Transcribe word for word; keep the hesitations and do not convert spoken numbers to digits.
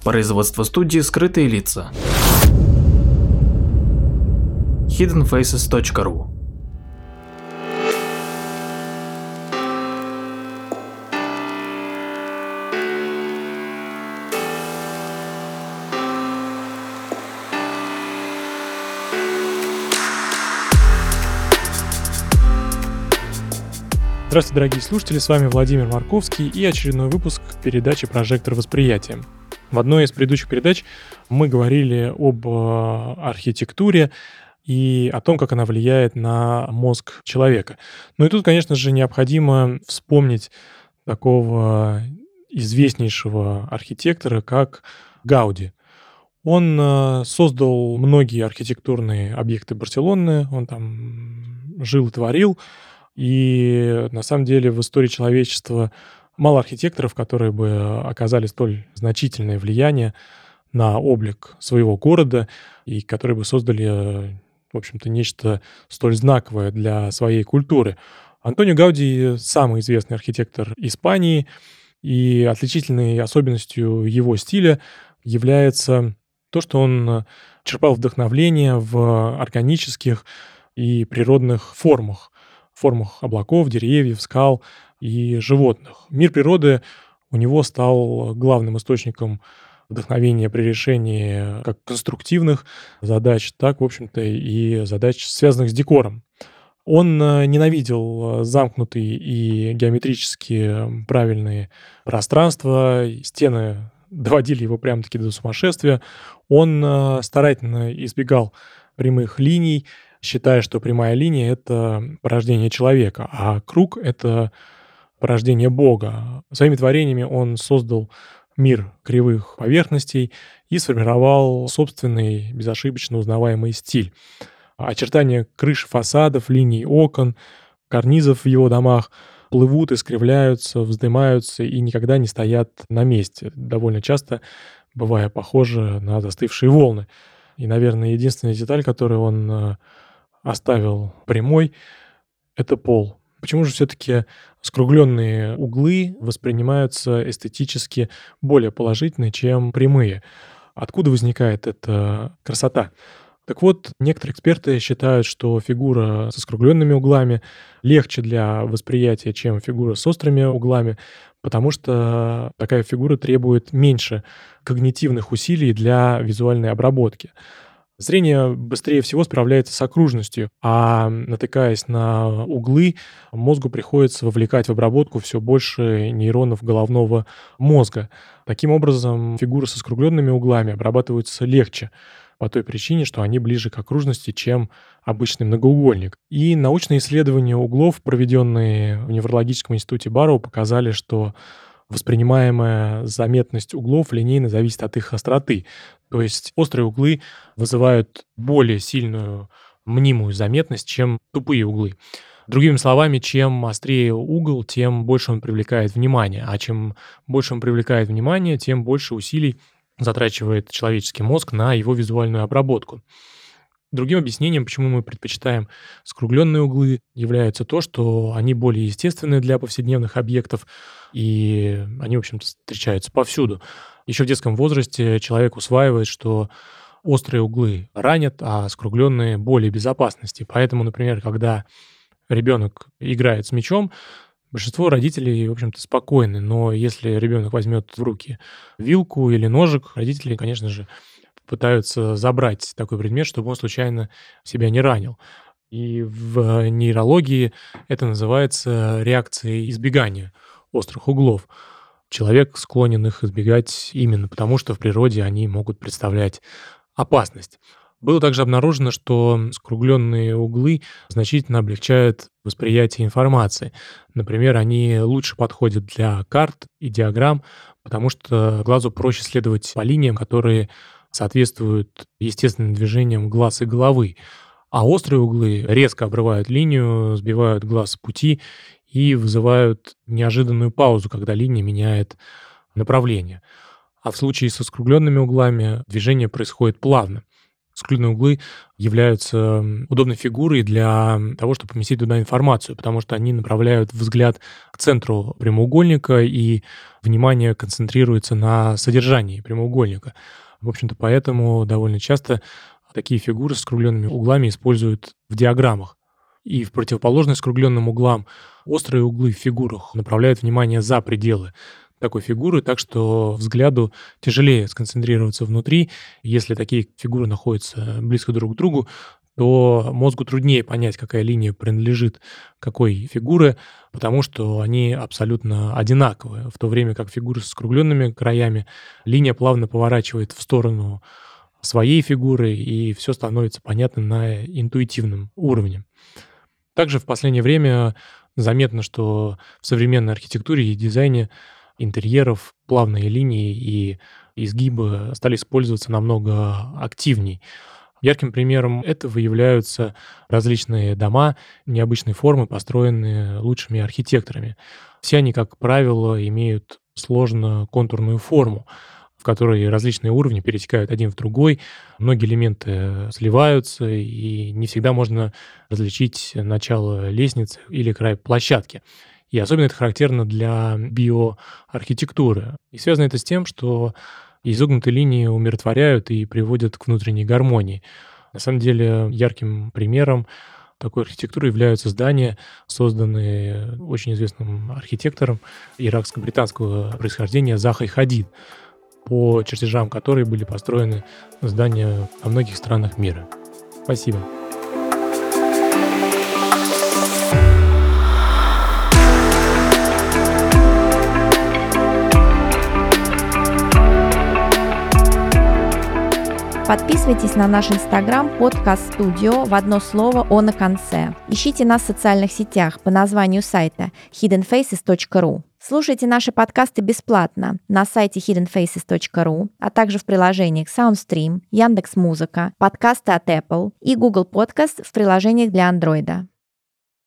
Производство студии «Скрытые лица». хиден фейсес точка ру. Здравствуйте, дорогие слушатели, с вами Владимир Марковский и очередной выпуск передачи «Прожектор восприятия». В одной из предыдущих передач мы говорили об архитектуре и о том, как она влияет на мозг человека. Ну и тут, конечно же, необходимо вспомнить такого известнейшего архитектора, как Гауди. Он создал многие архитектурные объекты Барселоны, он там жил и творил. И на самом деле в истории человечества мало архитекторов, которые бы оказали столь значительное влияние на облик своего города и которые бы создали, в общем-то, нечто столь знаковое для своей культуры. Антонио Гауди — самый известный архитектор Испании, и отличительной особенностью его стиля является то, что он черпал вдохновение в органических и природных формах. формах облаков, деревьев, скал и животных. Мир природы у него стал главным источником вдохновения при решении как конструктивных задач, так, в общем-то, и задач, связанных с декором. Он ненавидел замкнутые и геометрически правильные пространства, стены доводили его прямо-таки до сумасшествия. Он старательно избегал прямых линий, считая, что прямая линия — это порождение человека, а круг — это порождение Бога. Своими творениями он создал мир кривых поверхностей и сформировал собственный безошибочно узнаваемый стиль. Очертания крыш, фасадов, линий окон, карнизов в его домах плывут, искривляются, вздымаются и никогда не стоят на месте, довольно часто бывая похожи на застывшие волны. И, наверное, единственная деталь, которую он оставил прямой, это пол. Почему же все-таки скругленные углы воспринимаются эстетически более положительно, чем прямые? Откуда возникает эта красота? Так вот, некоторые эксперты считают, что фигура со скругленными углами легче для восприятия, чем фигура с острыми углами, потому что такая фигура требует меньше когнитивных усилий для визуальной обработки. Зрение быстрее всего справляется с окружностью, а натыкаясь на углы, мозгу приходится вовлекать в обработку все больше нейронов головного мозга. Таким образом, фигуры со скругленными углами обрабатываются легче, по той причине, что они ближе к окружности, чем обычный многоугольник. И научные исследования углов, проведенные в Неврологическом институте Барроу, показали, что воспринимаемая заметность углов линейно зависит от их остроты. То есть острые углы вызывают более сильную мнимую заметность, чем тупые углы. Другими словами, чем острее угол, тем больше он привлекает внимание. А чем больше он привлекает внимание, тем больше усилий затрачивает человеческий мозг на его визуальную обработку. Другим объяснением, почему мы предпочитаем скругленные углы, является то, что они более естественны для повседневных объектов, и они, в общем-то, встречаются повсюду. Еще в детском возрасте человек усваивает, что острые углы ранят, а скругленные более безопасности. Поэтому, например, когда ребенок играет с мячом, большинство родителей, в общем-то, спокойны. Но если ребенок возьмет в руки вилку или ножик, родители, конечно же, пытаются забрать такой предмет, чтобы он случайно себя не ранил. И в нейрологии это называется реакцией избегания острых углов. Человек склонен их избегать именно потому, что в природе они могут представлять опасность. Было также обнаружено, что скругленные углы значительно облегчают восприятие информации. Например, они лучше подходят для карт и диаграмм, потому что глазу проще следовать по линиям, которые соответствуют естественным движениям глаз и головы. А острые углы резко обрывают линию, сбивают глаз с пути и вызывают неожиданную паузу, когда линия меняет направление. А в случае со скругленными углами движение происходит плавно. скругленные углы являются удобной фигурой для того, чтобы поместить туда информацию, потому что они направляют взгляд к центру прямоугольника, и внимание концентрируется на содержании прямоугольника. В общем-то, поэтому довольно часто такие фигуры с скругленными углами используют в диаграммах. И в противоположность скругленным углам острые углы в фигурах направляют внимание за пределы такой фигуры, так что взгляду тяжелее сконцентрироваться внутри. Если такие фигуры находятся близко друг к другу, то мозгу труднее понять, какая линия принадлежит какой фигуре, потому что они абсолютно одинаковые. В то время как фигуры с скругленными краями, линия плавно поворачивает в сторону своей фигуры, и все становится понятно на интуитивном уровне. Также в последнее время заметно, что в современной архитектуре и дизайне интерьеров плавные линии и изгибы стали использоваться намного активней. Ярким примером этого являются различные дома необычной формы, построенные лучшими архитекторами. Все они, как правило, имеют сложно контурную форму, в которой различные уровни перетекают один в другой, многие элементы сливаются, и не всегда можно различить начало лестницы или край площадки. И особенно это характерно для биоархитектуры. И связано это с тем, что изогнутые линии умиротворяют и приводят к внутренней гармонии. На самом деле ярким примером такой архитектуры являются здания, созданные очень известным архитектором иракско-британского происхождения Захой Хадид, по чертежам которой были построены здания во многих странах мира. Спасибо. Подписывайтесь на наш инстаграм подкаст студио в одно слово «О» на конце. Ищите нас в социальных сетях по названию сайта хиден фейсес точка ру. Слушайте наши подкасты бесплатно на сайте хиден фейсес точка ру, а также в приложениях SoundStream, Яндекс.Музыка, подкасты от Apple и Google Podcast в приложениях для Android.